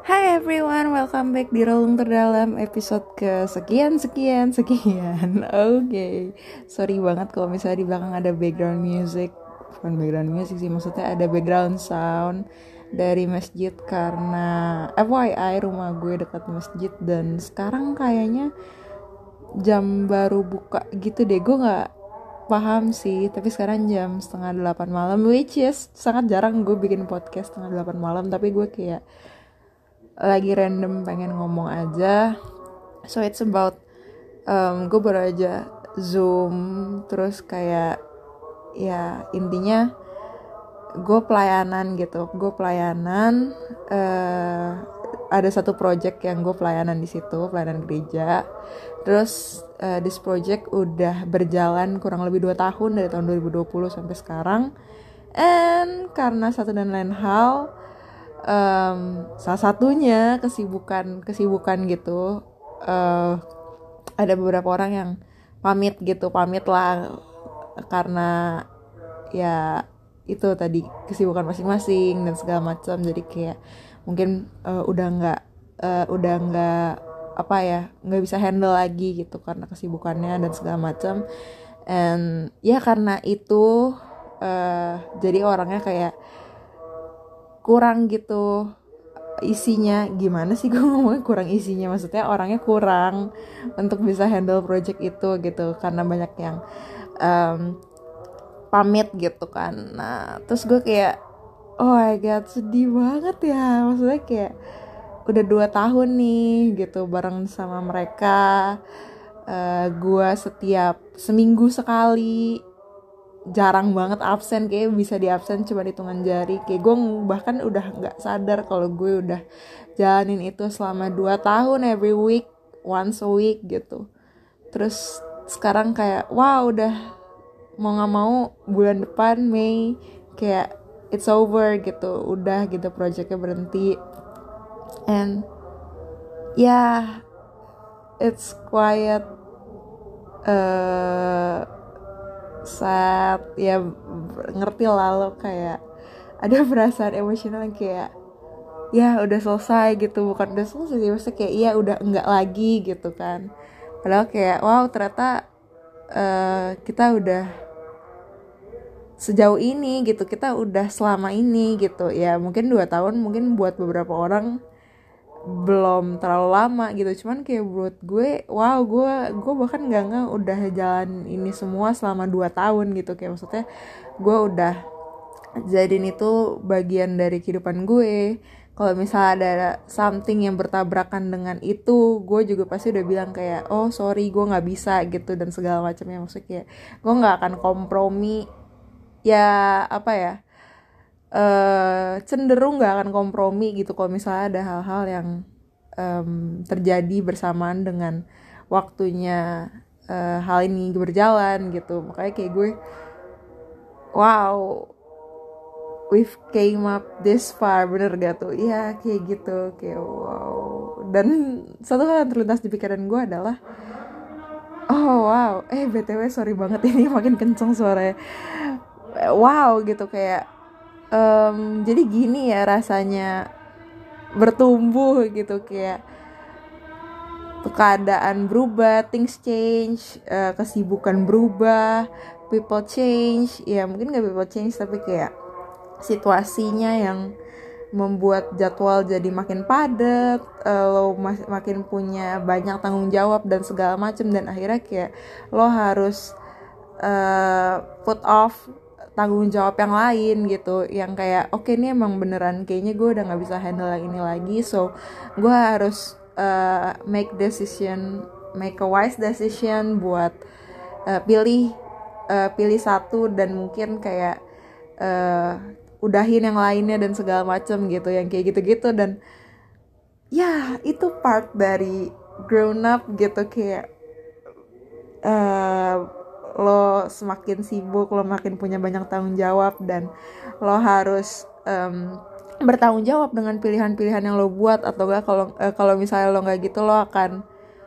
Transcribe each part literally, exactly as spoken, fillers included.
Hai everyone, welcome back di Relung Terdalam episode ke sekian sekian sekian. Oke, okay. Sorry banget kalau misalnya di belakang ada background music. Bukan background music sih, maksudnya ada background sound dari masjid karena F Y I rumah gue dekat masjid dan sekarang kayaknya jam baru buka gitu deh. Gue nggak paham sih, tapi sekarang jam setengah delapan malam, which is sangat jarang gue bikin podcast setengah delapan malam, tapi gue kayak lagi random pengen ngomong aja. So it's about um, gue baru aja zoom, terus kayak ya intinya gue pelayanan gitu, gue pelayanan uh, ada satu project yang gue pelayanan di situ, pelayanan gereja. Terus uh, this project udah berjalan kurang lebih dua tahun dari tahun dua ribu dua puluh sampai sekarang. And karena satu dan lain hal, Um, salah satunya kesibukan kesibukan gitu, uh, ada beberapa orang yang pamit gitu pamit lah karena ya itu tadi kesibukan masing-masing dan segala macam. Jadi kayak mungkin uh, udah nggak uh, udah nggak apa ya nggak bisa handle lagi gitu karena kesibukannya dan segala macam. And ya karena itu uh, jadi orangnya kayak kurang gitu isinya. Gimana sih gue ngomongnya kurang isinya, maksudnya orangnya kurang untuk bisa handle project itu gitu karena banyak yang um, pamit gitu kan. Nah terus gue kayak oh my god sedih banget ya, maksudnya kayak udah dua tahun nih gitu bareng sama mereka. uh, gue setiap seminggu sekali, jarang banget absen, kayak bisa di absen cuma hitungan jari. Kayak gue bahkan udah nggak sadar kalau gue udah jalanin itu selama dua tahun, every week, once a week gitu. Terus sekarang kayak wow udah mau nggak mau bulan depan Mei kayak it's over gitu, udah gitu projectnya berhenti. And yeah, it's quiet, uh, sad ya, ngerti lah lo, kayak ada perasaan emosional kayak ya udah selesai gitu. Bukan udah selesai sih, maksudnya kayak iya udah enggak lagi gitu kan. Padahal kayak wow ternyata uh, kita udah sejauh ini gitu, kita udah selama ini gitu. Ya mungkin dua tahun mungkin buat beberapa orang belum terlalu lama gitu, cuman kayak buat gue wow gue gue bahkan nggak nggak udah jalan ini semua selama dua tahun gitu. Kayak maksudnya gue udah jadiin itu bagian dari kehidupan gue. Kalau misalnya ada something yang bertabrakan dengan itu, gue juga pasti udah bilang kayak oh sorry gue nggak bisa gitu dan segala macamnya. Maksudnya kayak gue nggak akan kompromi ya, apa ya, Uh, cenderung gak akan kompromi gitu kalau misalnya ada hal-hal yang um, terjadi bersamaan dengan waktunya uh, hal ini berjalan gitu. Makanya kayak gue wow we've came up this far, bener gak tuh? Iya kayak gitu, kayak wow. Dan satu hal yang terlintas di pikiran gue adalah oh wow, eh B T W sorry banget ini makin kenceng suaranya. Wow gitu kayak Um, jadi gini ya rasanya bertumbuh gitu, kayak keadaan berubah, things change, uh, kesibukan berubah, people change. Ya mungkin gak people change tapi kayak situasinya yang membuat jadwal jadi makin padat, uh, lo mas- makin punya banyak tanggung jawab dan segala macam. Dan akhirnya kayak lo harus uh, put off tanggung jawab yang lain gitu, yang kayak oke okay, ini emang beneran kayaknya gue udah nggak bisa handle yang ini lagi, so gue harus uh, make decision, make a wise decision buat uh, pilih uh, pilih satu dan mungkin kayak uh, udahin yang lainnya dan segala macam gitu, yang kayak gitu-gitu. Dan ya itu part dari grown up gitu, kayak uh, lo semakin sibuk, lo makin punya banyak tanggung jawab, dan lo harus um, bertanggung jawab dengan pilihan-pilihan yang lo buat. Atau enggak kalau uh, kalau misalnya lo nggak gitu, lo akan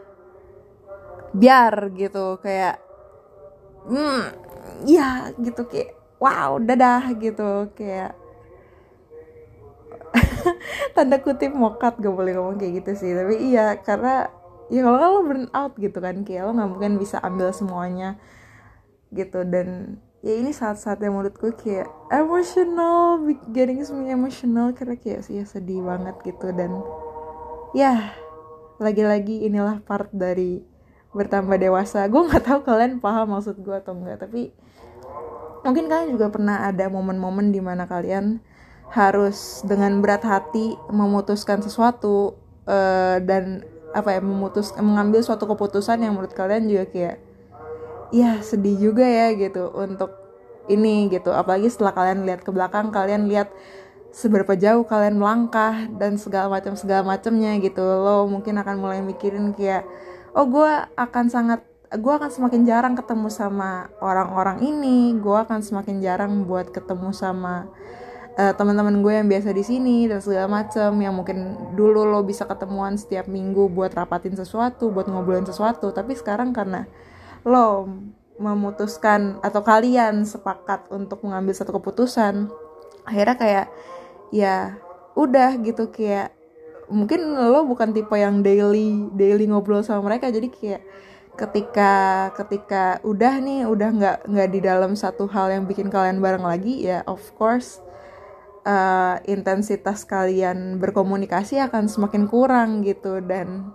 biar gitu, kayak hmm ya gitu, kayak wow dadah gitu, kayak tanda kutip mokat, gak boleh ngomong kayak gitu sih, tapi iya karena ya kalau kan lo burn out gitu kan, kayak lo nggak mungkin bisa ambil semuanya gitu. Dan ya ini saat-saat yang menurutku kayak emotional, getting me emotional karena kayak sih ya sedih banget gitu. Dan ya lagi-lagi inilah part dari bertambah dewasa. Gue nggak tahu kalian paham maksud gue atau enggak, tapi mungkin kalian juga pernah ada momen-momen dimana kalian harus dengan berat hati memutuskan sesuatu, uh, dan apa ya memutus mengambil suatu keputusan yang menurut kalian juga kayak ya sedih juga ya gitu untuk ini gitu. Apalagi setelah kalian lihat ke belakang, kalian lihat seberapa jauh kalian melangkah dan segala macam segala macamnya gitu. Lo mungkin akan mulai mikirin kayak, oh gue akan sangat gue akan semakin jarang ketemu sama orang-orang ini, gue akan semakin jarang buat ketemu sama uh, teman-teman gue yang biasa di sini dan segala macam, yang mungkin dulu lo bisa ketemuan setiap minggu buat rapatin sesuatu, buat ngobrolin sesuatu, tapi sekarang karena lo memutuskan atau kalian sepakat untuk mengambil satu keputusan, akhirnya kayak ya udah gitu, kayak mungkin lo bukan tipe yang daily daily ngobrol sama mereka, jadi kayak ketika ketika udah nih udah nggak nggak di dalam satu hal yang bikin kalian bareng lagi, ya of course uh, intensitas kalian berkomunikasi akan semakin kurang gitu. Dan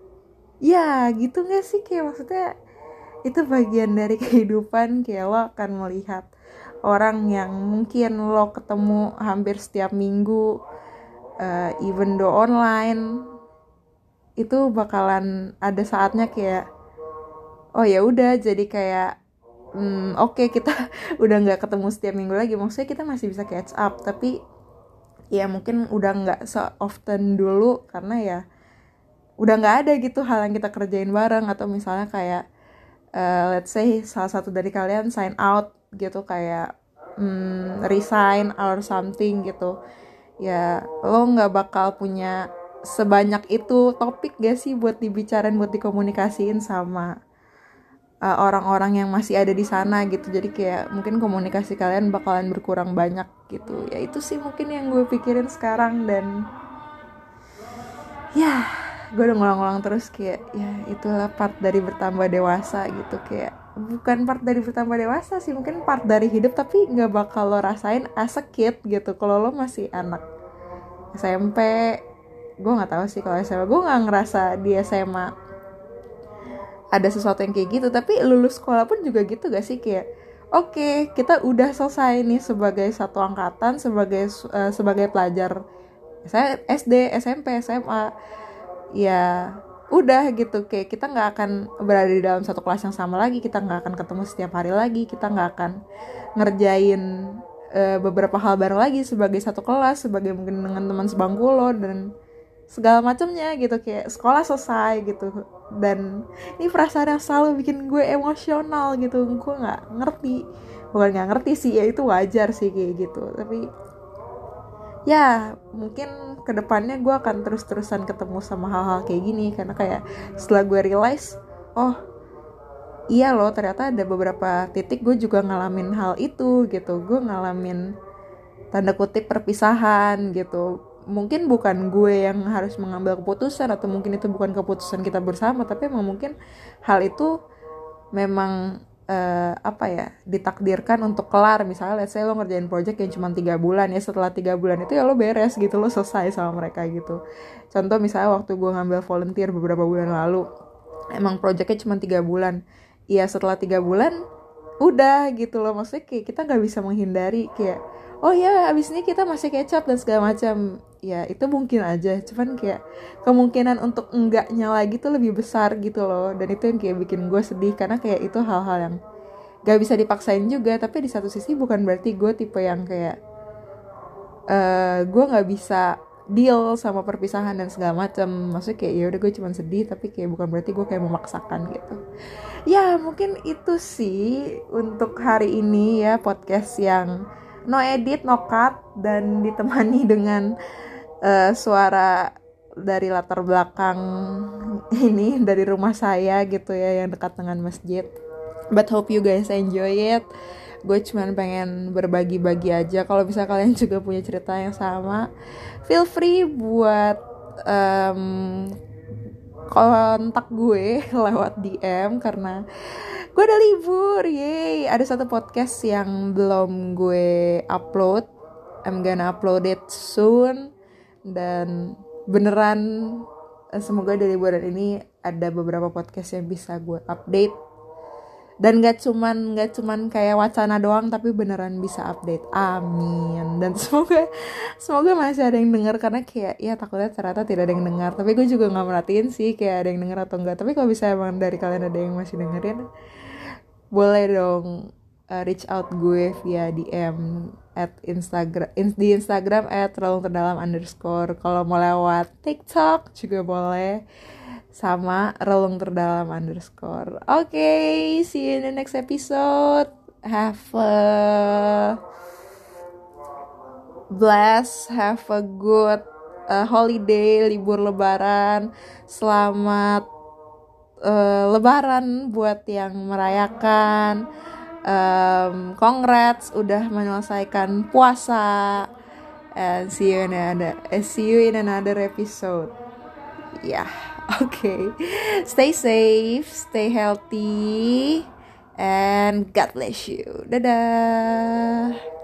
ya gitu nggak sih, kayak maksudnya itu bagian dari kehidupan, kayak lo akan melihat orang yang mungkin lo ketemu hampir setiap minggu, uh, even though online, itu bakalan ada saatnya kayak oh ya udah, jadi kayak hmm, oke okay, kita udah nggak ketemu setiap minggu lagi, maksudnya kita masih bisa catch up, tapi ya mungkin udah nggak se-often dulu karena ya udah nggak ada gitu hal yang kita kerjain bareng. Atau misalnya kayak uh, let's say salah satu dari kalian sign out gitu, kayak hmm, resign or something gitu, ya lo nggak bakal punya sebanyak itu topik gak sih buat dibicarain, buat dikomunikasiin sama uh, orang-orang yang masih ada di sana gitu. Jadi kayak mungkin komunikasi kalian bakalan berkurang banyak gitu. Ya itu sih mungkin yang gue pikirin sekarang. Dan ya gue udah ngulang-ngulang terus kayak ya itulah part dari bertambah dewasa gitu. Kayak bukan part dari bertambah dewasa sih, mungkin part dari hidup, tapi gak bakal lo rasain as a kid gitu kalau lo masih anak S M P. Gue gak tahu sih kalau S M P, gue gak ngerasa di S M A ada sesuatu yang kayak gitu. Tapi lulus sekolah pun juga gitu gak sih, kayak oke okay, kita udah selesai nih sebagai satu angkatan, sebagai uh, sebagai pelajar saya S D, S M P, S M A, ya udah gitu, kayak kita nggak akan berada di dalam satu kelas yang sama lagi, kita nggak akan ketemu setiap hari lagi, kita nggak akan ngerjain uh, beberapa hal bareng lagi sebagai satu kelas, sebagai mungkin dengan teman sebangku lo dan segala macamnya gitu. Kayak sekolah selesai gitu. Dan ini perasaan yang selalu bikin gue emosional gitu. Gue nggak ngerti, bukan nggak ngerti sih, ya itu wajar sih kayak gitu. Tapi ya mungkin kedepannya gue akan terus-terusan ketemu sama hal-hal kayak gini, karena kayak setelah gue realize, oh iya loh ternyata ada beberapa titik gue juga ngalamin hal itu gitu. Gue ngalamin tanda kutip perpisahan gitu. Mungkin bukan gue yang harus mengambil keputusan, atau mungkin itu bukan keputusan kita bersama, tapi emang mungkin hal itu memang Uh, apa ya ditakdirkan untuk kelar. Misalnya let's say lo ngerjain project yang cuma tiga bulan, ya setelah tiga bulan itu ya lo beres gitu, lo selesai sama mereka gitu. Contoh misalnya waktu gue ngambil volunteer beberapa bulan lalu, emang projectnya cuma tiga bulan, ya setelah tiga bulan udah gitu loh. Maksudnya kayak kita gak bisa menghindari kayak oh ya abis ini kita masih kecap dan segala macam, ya itu mungkin aja, cuman kayak kemungkinan untuk enggaknya lagi tuh lebih besar gitu loh. Dan itu yang kayak bikin gue sedih, karena kayak itu hal-hal yang gak bisa dipaksain juga. Tapi di satu sisi bukan berarti gue tipe yang kayak uh, gue gak bisa deal sama perpisahan dan segala macam. Maksudnya kayak ya udah gue cuma sedih, tapi kayak bukan berarti gue kayak memaksakan gitu. Ya mungkin itu sih untuk hari ini ya, podcast yang no edit, no cut, dan ditemani dengan uh, suara dari latar belakang ini dari rumah saya gitu ya, yang dekat dengan masjid. But hope you guys enjoy it. gue cuman pengen berbagi-bagi aja. Kalau bisa kalian juga punya cerita yang sama, feel free buat um, kontak gue lewat D M, karena gue ada libur. Yeay, ada satu podcast yang belum gue upload, I'm gonna upload it soon. Dan beneran semoga dari liburan ini ada beberapa podcast yang bisa gue update. Dan gak cuman gak cuman kayak wacana doang, tapi beneran bisa update. Amin. Dan semoga semoga masih ada yang dengar, karena kayak ya takutnya ternyata tidak ada yang dengar. Tapi gue juga nggak merhatiin sih kayak ada yang dengar atau enggak. Tapi kalau bisa emang dari kalian ada yang masih dengerin, boleh dong uh, reach out gue via D M at Instagram in, di Instagram at relung terdalam underscore. Kalau mau lewat TikTok juga boleh, sama relung terdalam underscore. Oke, okay, see you in the next episode. Have a blast, have a good uh, holiday, libur lebaran. Selamat uh, lebaran buat yang merayakan. Um, congrats udah menyelesaikan puasa. And see you in another, uh, see you in another episode. Yeah. Okay, stay safe, stay healthy, and God bless you. Dadah.